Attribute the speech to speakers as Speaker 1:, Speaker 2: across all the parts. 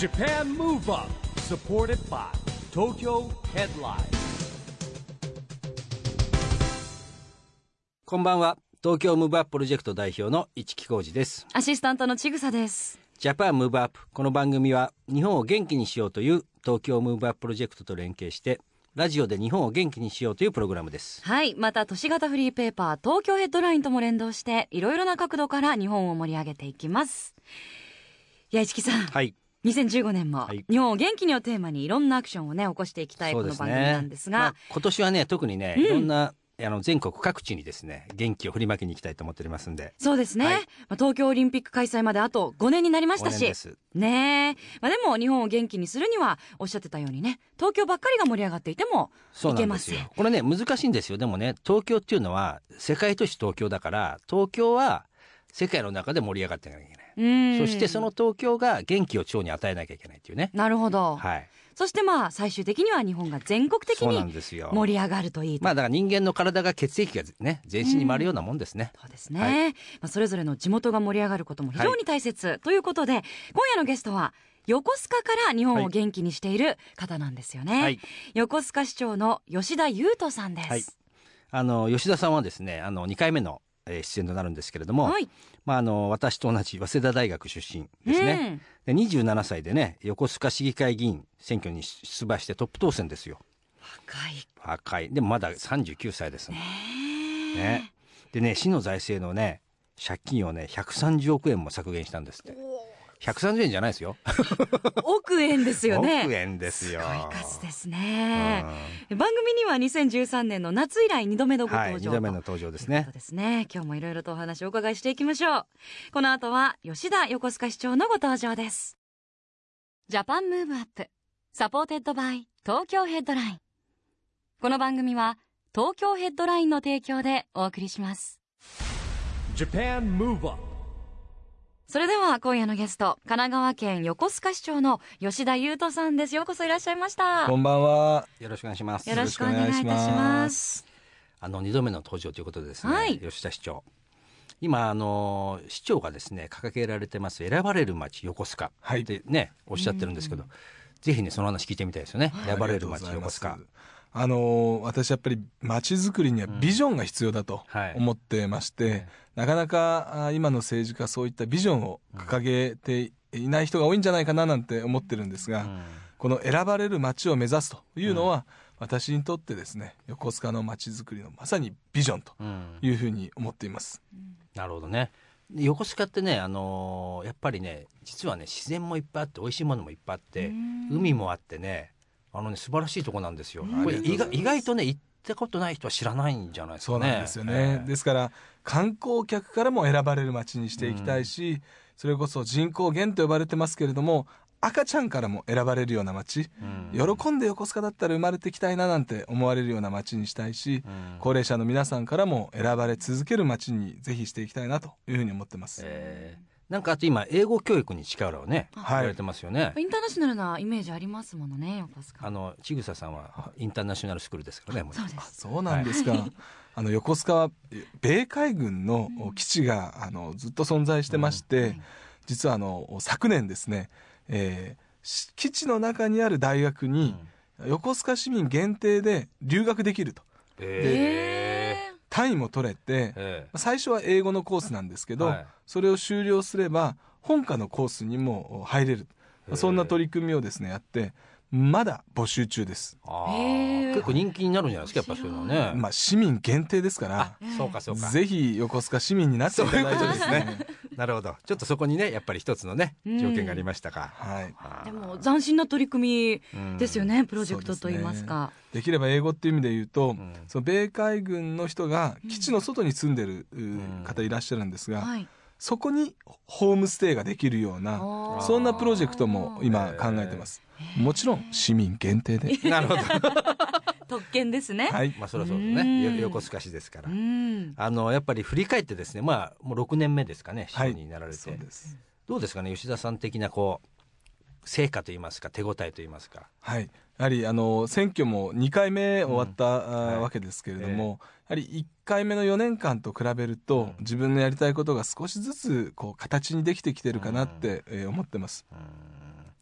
Speaker 1: Japan Move Up supported by Tokyo Headline。
Speaker 2: こんばんは。東京ムーブアッププロジェクト代表の市木浩司です。
Speaker 3: アシスタントのちぐさです。
Speaker 2: ジャパンムーブアップ、この番組は日本を元気にしようという東京ムーブアッププロジェクトと連携してラジオで日本を元気にしようというプログラムです。
Speaker 3: はい、また都市型フリーペーパー東京ヘッドラインとも連動していろいろな角度から日本を盛り上げていきます。いや、市木さん、
Speaker 2: はい、
Speaker 3: 2015年も日本を元気にをテーマにいろんなアクションをね起こしていきたいこの番組なんですが、
Speaker 2: 今年はね特にね、いろんな全国各地にですね元気を振りまきに行きたいと思っておりますんで。
Speaker 3: そうですね、東京オリンピック開催まであと5年になりましたしねえ、でも日本を元気にするにはおっしゃってたようにね、東京ばっかりが盛り上がっていてもいけません。
Speaker 2: そうなんですよ。これね難しいんですよ。でもね、東京っていうのは世界都市東京だから、東京は世界の中で盛り上がっていかなきゃいけない。そしてその東京が元気を地方に与えなきゃいけないっていうね。
Speaker 3: なるほど、
Speaker 2: はい。
Speaker 3: そして最終的には日本が全国的に盛り上がるといいと。
Speaker 2: だから人間の体が血液がね全身に回るようなもんですね。
Speaker 3: そうですね、それぞれの地元が盛り上がることも非常に大切、ということで今夜のゲストは横須賀から日本を元気にしている方なんですよね、横須賀市長の吉田優斗さんです、
Speaker 2: 吉田さんはですね2回目の出演となるんですけれども、私と同じ早稲田大学出身ですね、で27歳でね横須賀市議会議員選挙に出馬してトップ当選ですよ。若い。でもまだ39歳ですもんね。でね、市の財政のね借金をね130億円も削減したんですって。130円じゃないですよ
Speaker 3: 億円ですよね。
Speaker 2: 億円ですよ。
Speaker 3: すごい数ですね、番組には2013年の夏以来2度目のご登場、
Speaker 2: 2度目の登場ですね。
Speaker 3: 今日もいろいろとお話をお伺いしていきましょう。この後は吉田横須賀市長のご登場です。ジャパンムーブアップサポーテッドバイ東京ヘッドライン。この番組は東京ヘッドラインの提供でお送りします。
Speaker 1: Japan Move Up。
Speaker 3: それでは今夜のゲスト、神奈川県横須賀市長の吉田優斗さんです。ようこそいらっしゃいました。
Speaker 4: こんばんは。
Speaker 2: よろしくお願いします。
Speaker 3: よろしくお願いいたします。
Speaker 2: 2度目の登場ということでですね、吉田市長、今市長がですね掲げられてます選ばれる街横須賀ってね、おっしゃってるんですけど、ぜひねその話聞いてみたいですよね。選ばれる街横須賀。
Speaker 4: 私やっぱり街づくりにはビジョンが必要だと思ってまして、なかなか今の政治家そういったビジョンを掲げていない人が多いんじゃないかななんて思ってるんですが、この選ばれる街を目指すというのは、私にとってですね横須賀の街づくりのまさにビジョンというふうに思っています、
Speaker 2: なるほどね。横須賀ってね、やっぱりね実はね自然もいっぱいあって美味しいものもいっぱいあって海もあってね素晴らしいとこなんですよ。これ意外とね行ったことない人は知らないんじゃないですかね。
Speaker 4: そうなんですよね、ですから観光客からも選ばれる街にしていきたいし、それこそ人口減と呼ばれてますけれども赤ちゃんからも選ばれるような街、喜んで横須賀だったら生まれてきたいななんて思われるような街にしたいし、高齢者の皆さんからも選ばれ続ける街にぜひしていきたいなというふうに思ってます、
Speaker 2: なんかあと今英語教育に力をね言われてますよね。
Speaker 3: インターナショナルなイメージありますものね横須賀。
Speaker 2: ちぐささんはインターナショナルスクールですからね。
Speaker 3: そうです。
Speaker 4: そうなんですか、横須賀は米海軍の基地がずっと存在してまして、実は昨年ですね、基地の中にある大学に横須賀市民限定で留学できると、単位も取れて、最初は英語のコースなんですけど、それを修了すれば本科のコースにも入れる、そんな取り組みをですねやってまだ募集中です。
Speaker 2: 結構人気になるんじゃないですかやっぱそういうのはね。
Speaker 4: 市民限定ですから、
Speaker 2: そうか
Speaker 4: ぜひ横須賀市民になっていただいてですね
Speaker 2: なるほど。ちょっとそこにねやっぱり一つのね条件がありましたか、
Speaker 3: でも斬新な取り組みですよね、プロジェクトといいますか。
Speaker 4: できれば英語っていう意味で言うと、その米海軍の人が基地の外に住んでる方いらっしゃるんですが、そこにホームステイができるようなそんなプロジェクトも今考えてます、もちろん市民限定で
Speaker 2: なるほど
Speaker 3: 特権ですね。
Speaker 2: そりゃそうですね。横須賀市ですから。やっぱり振り返ってですね、もう6年目ですかね市長になられて、
Speaker 4: そうです。
Speaker 2: どうですかね吉田さん的な成果といいますか手応えといいますか。
Speaker 4: やはり選挙も2回目終わったわけですけれども、やはり1回目の4年間と比べると、自分のやりたいことが少しずつ形にできてきてるかなって思ってます。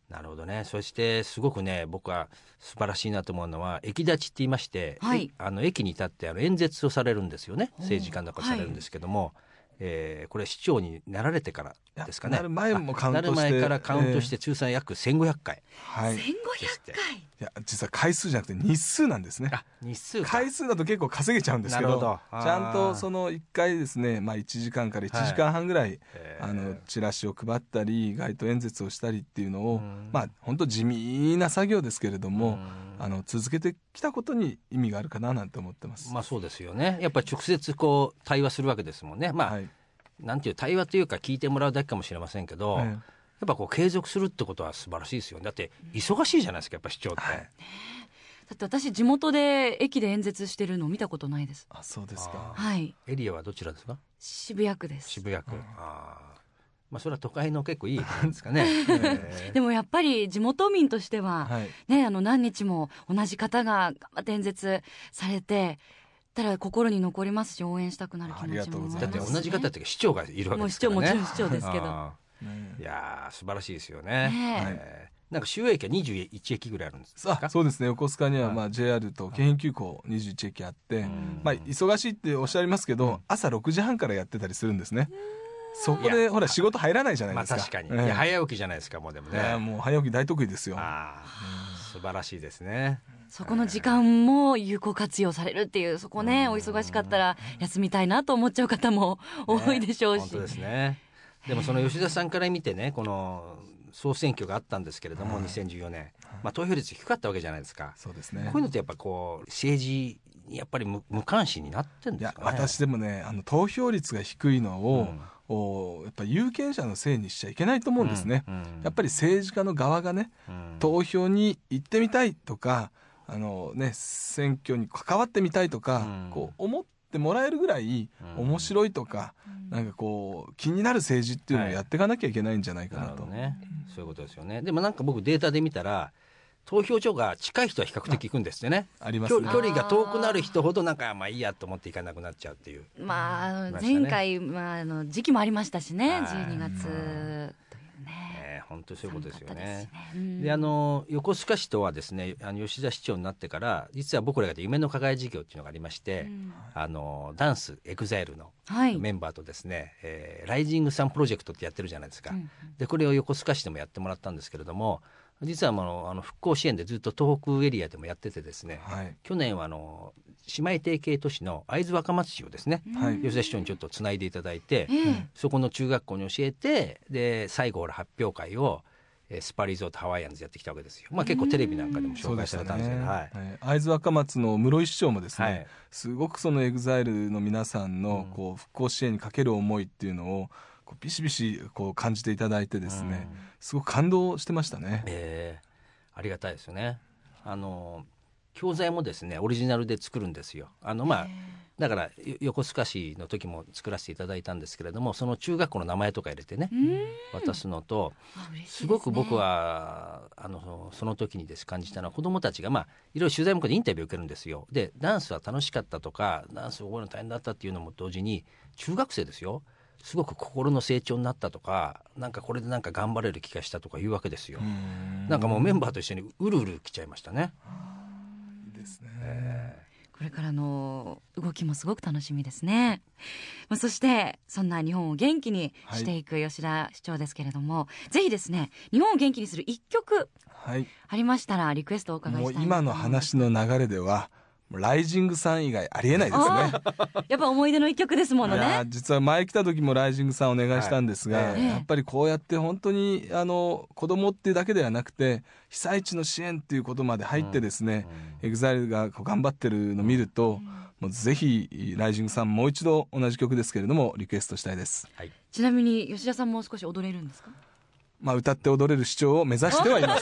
Speaker 2: なるほどね。そしてすごくね、僕は素晴らしいなと思うのは、駅立ちって言いまして、はい、駅に立って演説をされるんですよね。政治家の方されるんですけども、これ市長になられてからですかね。
Speaker 4: なる前もカウントして、
Speaker 2: なる前からカウントして通算約1500回、
Speaker 4: はい、
Speaker 3: 1500回。
Speaker 4: いや実は回数じゃなくて日数なんですね。
Speaker 2: 日数
Speaker 4: 回数だと結構稼げちゃうんですけ どちゃんとその1回ですね、1時間から1時間半ぐらい、チラシを配ったり街頭演説をしたりっていうのを、本当地味な作業ですけれども、続けてきたことに意味があるかななんて思ってます。
Speaker 2: そうですよね。やっぱり直接こう対話するわけですもんね。なんていう対話というか聞いてもらうだけかもしれませんけど、やっぱこう継続するってことは素晴らしいですよね。だって忙しいじゃないですか、やっぱ市長って、だ
Speaker 3: って私地元で駅で演説してるのを見たことないです。
Speaker 4: あ、そうですか。
Speaker 3: はい。
Speaker 2: エリアはどちらですか？
Speaker 3: 渋谷区です。
Speaker 2: 渋谷区、それは都会の結構いいですかね。
Speaker 3: でもやっぱり地元民としては、何日も同じ方が頑張って演説されてたら心に残りますし、応援したくなる気持ちも、
Speaker 2: だって同じ方って市長がいるわけですからね。
Speaker 3: もちろん市長ですけど
Speaker 2: いや素晴らしいですよね。なんか主要駅は21駅ぐらいあるんですか？
Speaker 4: そうですね。横須賀にはJR と京浜急行21駅あって、忙しいっておっしゃいますけど、朝6時半からやってたりするんですね。そこでほら仕事入らないじゃないですか。
Speaker 2: 確かに、早起きじゃないですか。もうでもね、
Speaker 4: もう早起き大得意ですよ。
Speaker 2: 素晴らしいですね。
Speaker 3: そこの時間も有効活用されるっていう、そこね、お忙しかったら休みたいなと思っちゃう方も多いでしょうし、
Speaker 2: 本当ですね。でもその吉田さんから見てね、この総選挙があったんですけれども、2014年、投票率低かったわけじゃないですか。
Speaker 4: そうですね。
Speaker 2: こういうのってやっぱこう政治にやっぱり無関心になってるんですかね。
Speaker 4: 私でもね、投票率が低いのを、やっぱ有権者のせいにしちゃいけないと思うんですね。やっぱり政治家の側がね、投票に行ってみたいとか、選挙に関わってみたいとか、こう思ってもらえるぐらい面白いとか、なんかこう気になる政治っていうのをやっていかなきゃいけないんじゃないかなと。
Speaker 2: そういうことですよね。でもなんか僕データで見たら、投票所が近い人は比較的行くんですよね。
Speaker 4: ありますね。
Speaker 2: 距離が遠くなる人ほどなんかいいやと思って行かなくなっちゃうっていう。
Speaker 3: 前回、時期もありましたしね、12月。
Speaker 2: 本当にそういうことですよね。で横須賀市とはですね、吉田市長になってから実は僕らが夢の課外事業っていうのがありまして、ダンスエグザイルのメンバーとですね、ライジングサンプロジェクトってやってるじゃないですか。でこれを横須賀市でもやってもらったんですけれども、実は復興支援でずっと東北エリアでもやっててですね、去年は姉妹提携都市の会津若松市をですね、吉田市長にちょっとつないでいただいて、そこの中学校に教えて、で最後発表会をスパリゾートハワイアンズやってきたわけですよ。結構テレビなんかでも紹介されたんですけど、
Speaker 4: 会津若松の室井市長もですね、すごくそのエグザイルの皆さんの復興支援にかける思いっていうのをビシビシ感じていただいてですね、すごく感動してましたね。
Speaker 2: ありがたいですよね。教材もですねオリジナルで作るんですよ。だから横須賀市の時も作らせていただいたんですけれども、その中学校の名前とか入れてね渡すのと、すごく僕はその時に感じたのは、子どもたちがいろいろ取材もインタビューを受けるんですよ。でダンスは楽しかったとか、ダンスを覚えるの大変だったっていうのも同時に、中学生ですよ、すごく心の成長になったとか、なんかこれでなんか頑張れる気がしたとか言うわけですよ。なんかもうメンバーと一緒にうるうる来ちゃいましたね。
Speaker 4: いいですね。
Speaker 3: これからの動きもすごく楽しみですね。そしてそんな日本を元気にしていく吉田市長ですけれども、ぜひですね日本を元気にする一曲ありましたらリクエストをお伺いしたいなと思います。
Speaker 4: もう今の話の流れではライジングさん以外ありえないですね。
Speaker 3: やっぱ思い出の一曲ですものね。
Speaker 4: いや実は前来た時もライジングさんお願いしたんですが、やっぱりこうやって本当に子供っていうだけではなくて、被災地の支援っていうことまで入ってですね、エグザイルが頑張ってるのを見ると、もうぜひライジングさんもう一度同じ曲ですけれどもリクエストしたいです。
Speaker 3: ちなみに吉田さんも少し踊れるんですか？
Speaker 4: 歌って踊れる市長を目指してはいます。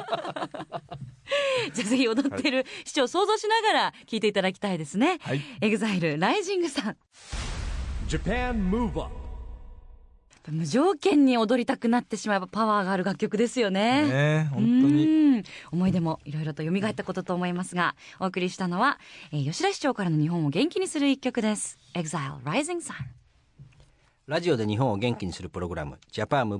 Speaker 3: じゃあぜひ踊ってる市長を想像しながら聴いていただきたいですね。エグザイルライジングさん。
Speaker 1: Japan Move Up。
Speaker 3: 無条件に踊りたくなってしまえばパワーがある楽曲ですよね。
Speaker 4: 本当に
Speaker 3: 思い出もいろいろと蘇ったことと思いますが、お送りしたのは、吉田市長からの日本を元気にする一曲です。 EXILE Rising Sun。
Speaker 2: ラジオで日本を元気にするプログラム Japan Move Up。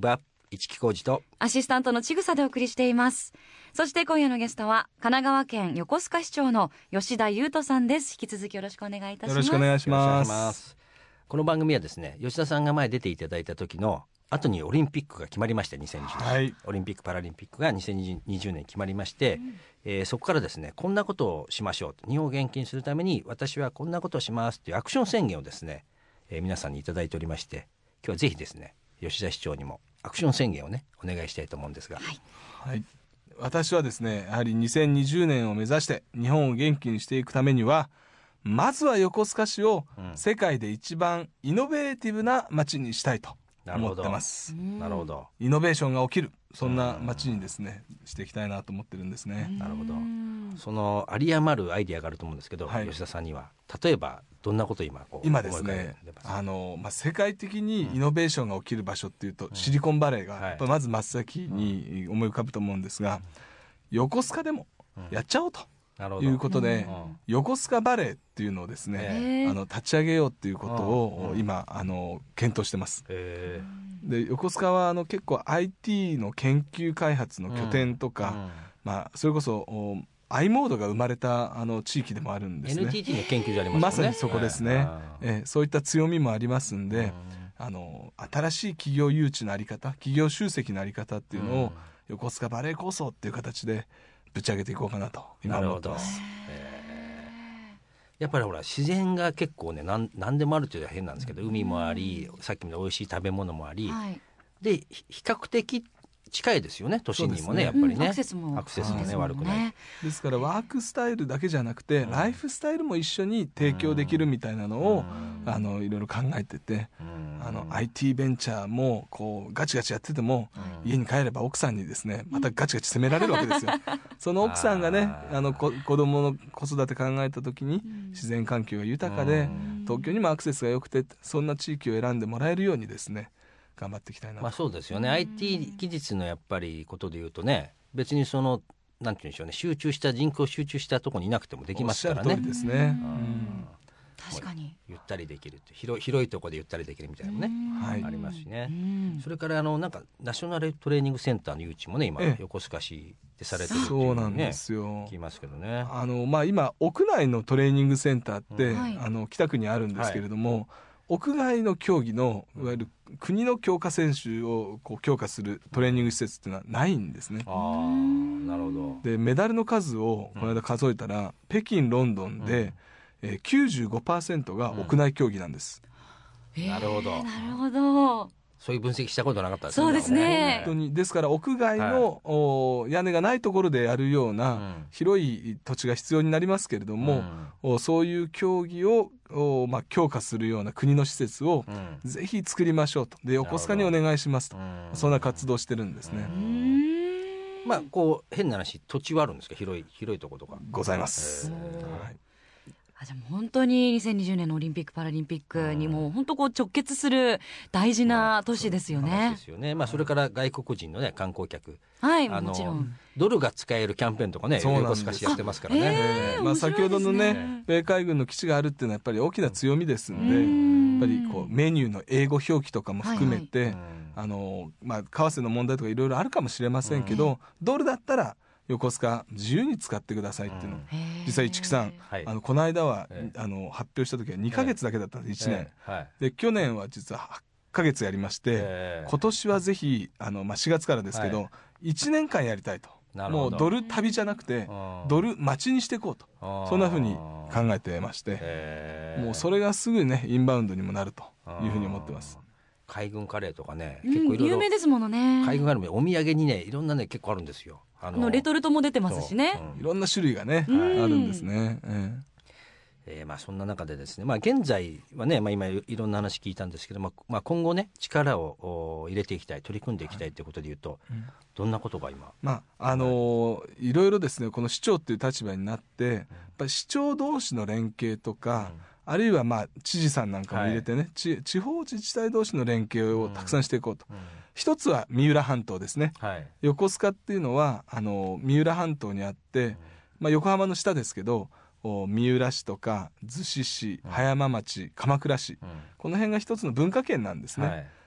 Speaker 2: 市木浩二と
Speaker 3: アシスタントのちぐさでお送りしています。そして今夜のゲストは神奈川県横須賀市長の吉田裕斗さんです。引き続きよろしくお願いいたします。
Speaker 4: よろしくお願いします。
Speaker 2: この番組はですね、吉田さんが前出ていただいた時の後にオリンピックが決まりまして、2020年、
Speaker 4: はい、
Speaker 2: オリンピックパラリンピックが2020年決まりまして、そこからですね、こんなことをしましょうと、日本を元気にするために私はこんなことをしますというアクション宣言をですね、皆さんにいただいておりまして、今日はぜひですね、吉田市長にもアクション宣言をね、お願いしたいと思うんですが、
Speaker 4: はい、私はですね、やはり2020年を目指して日本を元気にしていくためには、まずは横須賀市を世界で一番イノベーティブな街にしたいと思ってます。
Speaker 2: なるほど。
Speaker 4: イノベーションが起きる、そんな街にですね、していきたいなと思ってるんですね。
Speaker 2: なるほど。その有り余るアイディアがあると思うんですけど、吉田さんには例えばどんなことを
Speaker 4: 今ですね、世界的にイノベーションが起きる場所っていうと、シリコンバレーがやっぱまず真っ先に思い浮かぶと思うんですが、横須賀でもやっちゃおうということで、横須賀バレーっていうのをですね、立ち上げようっていうことを今検討してます。で、横須賀は結構 IT の研究開発の拠点とか、それこそi モードが生まれた地域でもあるんですね。
Speaker 2: NTT の研究所ありますよね。
Speaker 4: まさにそこですね。そういった強みもありますんで、新しい企業誘致のあり方、企業集積のあり方っていうのを、横須賀バレー構想っていう形でぶち上げていこうかなと今思ってます。
Speaker 2: やっぱりほら、自然が結構ね、何でもあるというのは変なんですけど、海もあり、さっきの美味しい食べ物もあり、で比較的近いですよね、都心にもね、やっぱりね、アクセスもね、悪くない。
Speaker 4: ですからワークスタイルだけじゃなくて、ライフスタイルも一緒に提供できるみたいなのを、いろいろ考えてて、IT ベンチャーもこうガチガチやってても、家に帰れば奥さんにですね、またガチガチ責められるわけですよ。その奥さんがね、子供の子育て考えた時に、自然環境が豊かで、東京にもアクセスが良くて、そんな地域を選んでもらえるようにですね、頑張っていきたいなと。
Speaker 2: そうですよね。IT 技術のやっぱりことでいうとね、別にそのなんていうんでしょうね、人口集中したところにいなくてもできますからね。
Speaker 4: おっしゃる通りですね。
Speaker 3: 確かに
Speaker 2: ゆったりできるって、広いところでゆったりできるみたいなのね、ありますしね。それからなんかナショナルトレーニングセンターの誘致もね、今横須賀市でされてるっていうね、
Speaker 4: そうなんですよ。
Speaker 2: 聞きますけどね。
Speaker 4: 今屋内のトレーニングセンターって、北区にあるんですけれども、屋外の競技のいわゆる国の強化選手を強化するトレーニング施設っていうのはないんですね。
Speaker 2: なるほど。
Speaker 4: で、メダルの数をこの間数えたら、北京ロンドンで、95% が屋内競技なんです。
Speaker 2: なるほど。
Speaker 3: なるほど。
Speaker 2: そういう分析したことなかったですね。
Speaker 3: そうですね。
Speaker 4: 本当にですから屋外の、屋根がないところでやるような広い土地が必要になりますけれども、そういう競技を強化するような国の施設をぜひ作りましょうと。で、横須賀にお願いしますと。そんな活動してるんですね。
Speaker 2: 変な話、土地はあるんですか？広いところとか
Speaker 4: ございます。
Speaker 3: じゃあ本当に2020年のオリンピック・パラリンピックにも本当直結する大事な都市ですよね。
Speaker 2: ですよね。それから外国人のね、観光客、
Speaker 3: もちろん
Speaker 2: ドルが使えるキャンペーンとかね、横須賀市やってますからね。
Speaker 4: 先ほどのね、米海軍の基地があるっていうのはやっぱり大きな強みですんで、やっぱりメニューの英語表記とかも含めて、為替の問題とかいろいろあるかもしれませんけど、ドルだったら横須賀自由に使ってくださいっていうの、実際市木さん、この間は発表した時は2ヶ月だけだったんです、1年、で去年は実は8ヶ月やりまして、今年はぜひ4月からですけど、1年間やりたいと。もうドル旅じゃなくてドル町にしていこうと、そんなふうに考えてまして、もうそれがすぐねインバウンドにもなるというふうに思ってます。
Speaker 2: 海軍カレーとかね、結構いろいろ
Speaker 3: 有名ですものね。
Speaker 2: 海軍カレーもお土産にね、いろんなね結構あるんですよ。
Speaker 3: レトルトも出てますしね、
Speaker 4: いろんな種類がね、あるんですね。
Speaker 2: そんな中でですね、現在はね、今いろんな話聞いたんですけども、今後ね力を入れていきたい、取り組んでいきたいということでいうと、どんなことが今、
Speaker 4: いろいろですね、この市長っていう立場になって、やっぱり市長同士の連携とか、あるいは知事さんなんかも入れてね、地方自治体同士の連携をたくさんしていこうと。一つは三浦半島ですね。横須賀っていうのは三浦半島にあって、横浜の下ですけど、三浦市とか逗子市、葉山町、鎌倉市、この辺が一つの文化圏なんですね。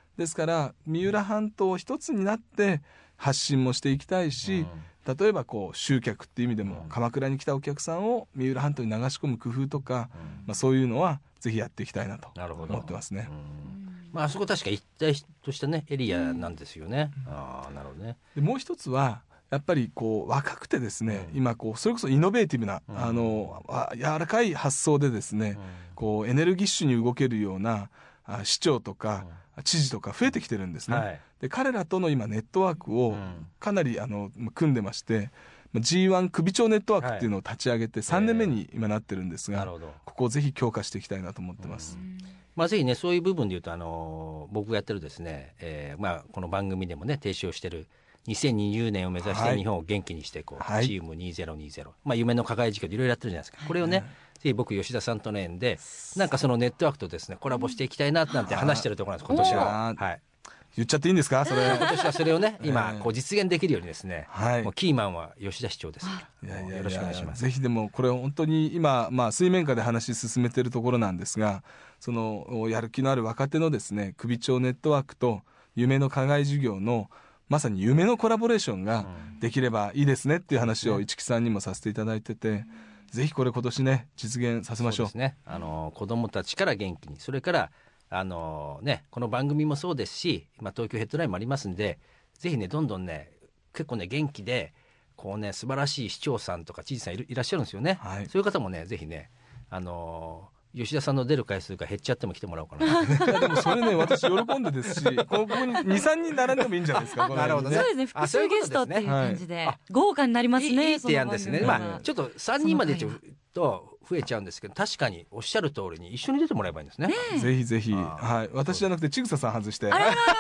Speaker 4: ですから三浦半島一つになって発信もしていきたいし、例えばこう集客っていう意味でも鎌倉に来たお客さんを三浦半島に流し込む工夫とか、そういうのはぜひやっていきたいなと思ってますね。
Speaker 2: あそこ確か一体としたねエリアなんですよね。なるほどね。
Speaker 4: でもう一つはやっぱりこう若くてですね、今こうそれこそイノベーティブな、柔らかい発想でですね、こうエネルギッシュに動けるような市長とか、知事とか増えてきてるんですね。で彼らとの今ネットワークをかなり組んでまして、G1 首長ネットワークっていうのを立ち上げて3年目に今なってるんですが、ここをぜひ強化していきたいなと思ってます。
Speaker 2: ぜひねそういう部分でいうと僕がやってるですね、この番組でもね提唱してる2020年を目指して日本を元気にしていこう、チーム2020、夢の課外事業でいろいろやってるじゃないですか。これをね、ぜひ僕吉田さんとの縁でなんかそのネットワークとですねコラボしていきたいななんて話してるところなんです今年は。
Speaker 4: 言っちゃっていいんですかそれ。
Speaker 2: 今年はそれをね今こう実現できるようにですね、もうキーマンは吉田市長ですから、よろしくお願いします。
Speaker 4: ぜひでもこれ本当に今、水面下で話進めてるところなんですが、そのやる気のある若手のですね首長ネットワークと夢の課外事業のまさに夢のコラボレーションができればいいですねっていう話を市木さんにもさせていただいてて、ぜひこれ今年ね実現させましょう。
Speaker 2: そうですね、子どもたちから元気に、それからこの番組もそうですし、東京ヘッドラインもありますんで、ぜひねどんどんね結構ね元気でこうね素晴らしい市長さんとか知事さんいらっしゃるんですよね。そういう方もねぜひね吉田さんの出る回数が減っちゃっても来てもらおうかな。
Speaker 4: いやでもそれね私喜んでですしここに 2,3 人並んでもいいんじゃないですか。
Speaker 3: なるほどね。そうですね、複数ゲストっていう感じで豪華になりますね。
Speaker 2: いい提案ですね。ちょっと3人までちょっと増えちゃうんですけど、確かにおっしゃる通りに一緒に出てもらえばいいんですね。
Speaker 4: ぜひぜひ、私じゃなくてちぐささん外して。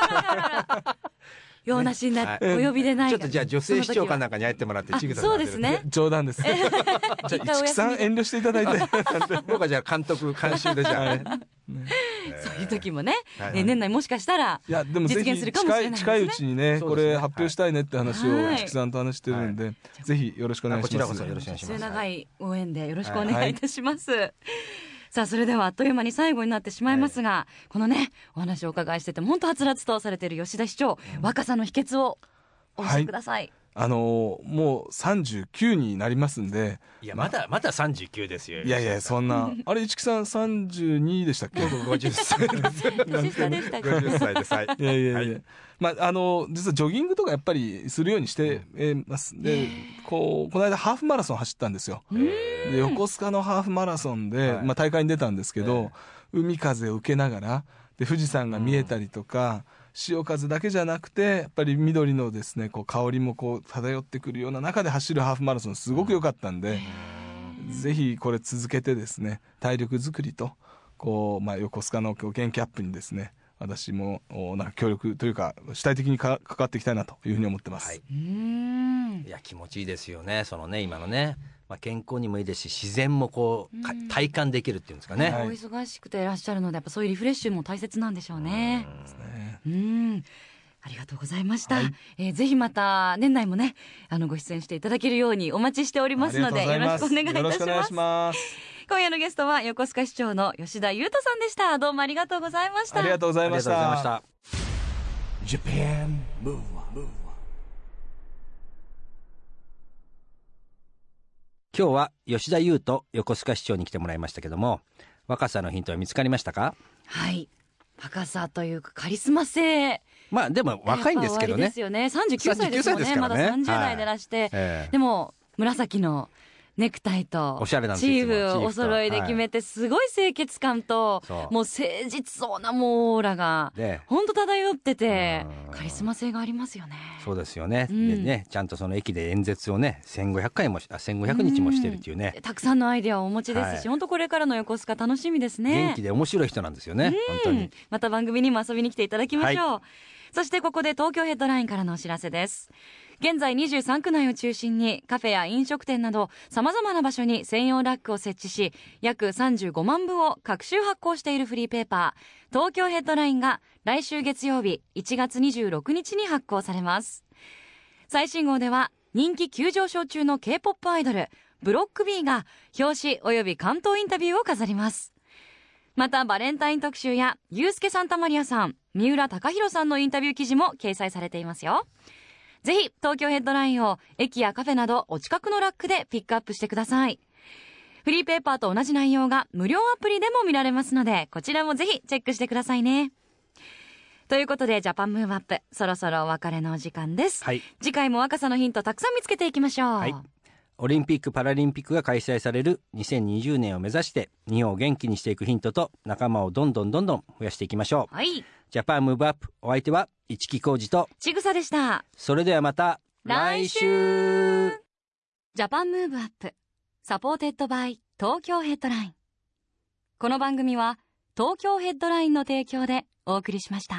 Speaker 3: 用なしになってお呼びでない
Speaker 2: ちょっとじゃあ女性市長かなんかに入ってもらってちぐささん。
Speaker 3: そうですね。
Speaker 4: 冗談です。じゃあ市木さん遠慮していただいて。
Speaker 2: 僕はじゃあ監督監修でじゃあね。
Speaker 3: そういう時もね、年内もしかしたら実現するかもしれないですね。
Speaker 4: 近いうちにねこれ発表したいねって話を市木さんと話してるんで、ぜひよろしくお願いします。
Speaker 2: こちらこそよろしくお願いします。
Speaker 3: 末永い応援でよろしくお願いいたします。さあそれではあっという間に最後になってしまいますが、このねお話をお伺いしてて本当はつらつとされている吉田市長、若さの秘訣を教えてください。
Speaker 4: もう39になりますんで。
Speaker 2: いやまだ39ですよ。
Speaker 4: いやそんなあれ市木さん32でしたっけ。
Speaker 2: 50歳です50歳です。はい。
Speaker 4: いや実はジョギングとかやっぱりするようにしてますで、この間ハーフマラソン走ったんですよ。で横須賀のハーフマラソンで、大会に出たんですけど、海風を受けながらで富士山が見えたりとか、潮風だけじゃなくてやっぱり緑のですねこう香りもこう漂ってくるような中で走るハーフマラソンすごく良かったんで、ぜひこれ続けてですね体力作りとこう、横須賀の元気アップにですね私もなんか協力というか主体的に関わっていきたいなというふうに思ってます。
Speaker 2: いや気持ちいいですよね。そのね今のね、健康にもいいですし自然もこう体感できるっていうんですかね。
Speaker 3: お忙しくていらっしゃるのでやっぱそういうリフレッシュも大切なんでしょうね。ありがとうございました。ぜひまた年内もねご出演していただけるようにお待ちしておりますのでよろしくお願いいたします。今夜のゲストは横須賀市長の吉田裕太さんでした。どうもありがとうございました。
Speaker 4: ありがとうございました。
Speaker 2: 今日は吉田裕太横須賀市長に来てもらいましたけども、若さのヒントは見つかりましたか？
Speaker 3: はい、若さというかカリスマ性、
Speaker 2: でも若いんですけどね。
Speaker 3: ですよね。39歳ですもんね。まだ30代でらして、でも紫のネクタイとチーフお揃いで決めてすごい清潔感ともう誠実そうなもうオーラが本当漂っててカリスマ性がありますよね。
Speaker 2: そうですよね。でねちゃんとその駅で演説をね1500日もしてるっていうね、
Speaker 3: たくさんのアイデアをお持ちですし、本当これからの横須賀楽しみですね。
Speaker 2: 元気で面白い人なんですよね。本当に
Speaker 3: また番組にも遊びに来ていただきましょう。そしてここで東京ヘッドラインからのお知らせです。現在23区内を中心にカフェや飲食店など様々な場所に専用ラックを設置し、約35万部を各週発行しているフリーペーパー東京ヘッドラインが来週月曜日1月26日に発行されます。最新号では人気急上昇中の K-POP アイドルブロック B が表紙および関東インタビューを飾ります。 またバレンタイン特集やユースケ・サンタマリアさん、三浦貴大さんのインタビュー記事も掲載されていますよ。ぜひ東京ヘッドラインを駅やカフェなどお近くのラックでピックアップしてください。フリーペーパーと同じ内容が無料アプリでも見られますので、こちらもぜひチェックしてくださいね。ということでジャパンムーブアップ、そろそろお別れのお時間です、次回も若さのヒントたくさん見つけていきましょう。
Speaker 2: オリンピック・パラリンピックが開催される2020年を目指して日本を元気にしていくヒントと仲間をどんどん増やしていきましょう。ジャパンムーブアップ、お相手は市木浩二と
Speaker 3: ちぐさでした。
Speaker 2: それではまた来週。
Speaker 3: ジャパンムーブアップ、サポーテッドバイ東京ヘッドライン。この番組は東京ヘッドラインの提供でお送りしました。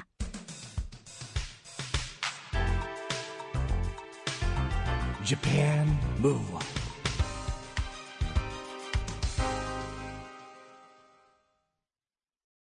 Speaker 1: Japan Move Up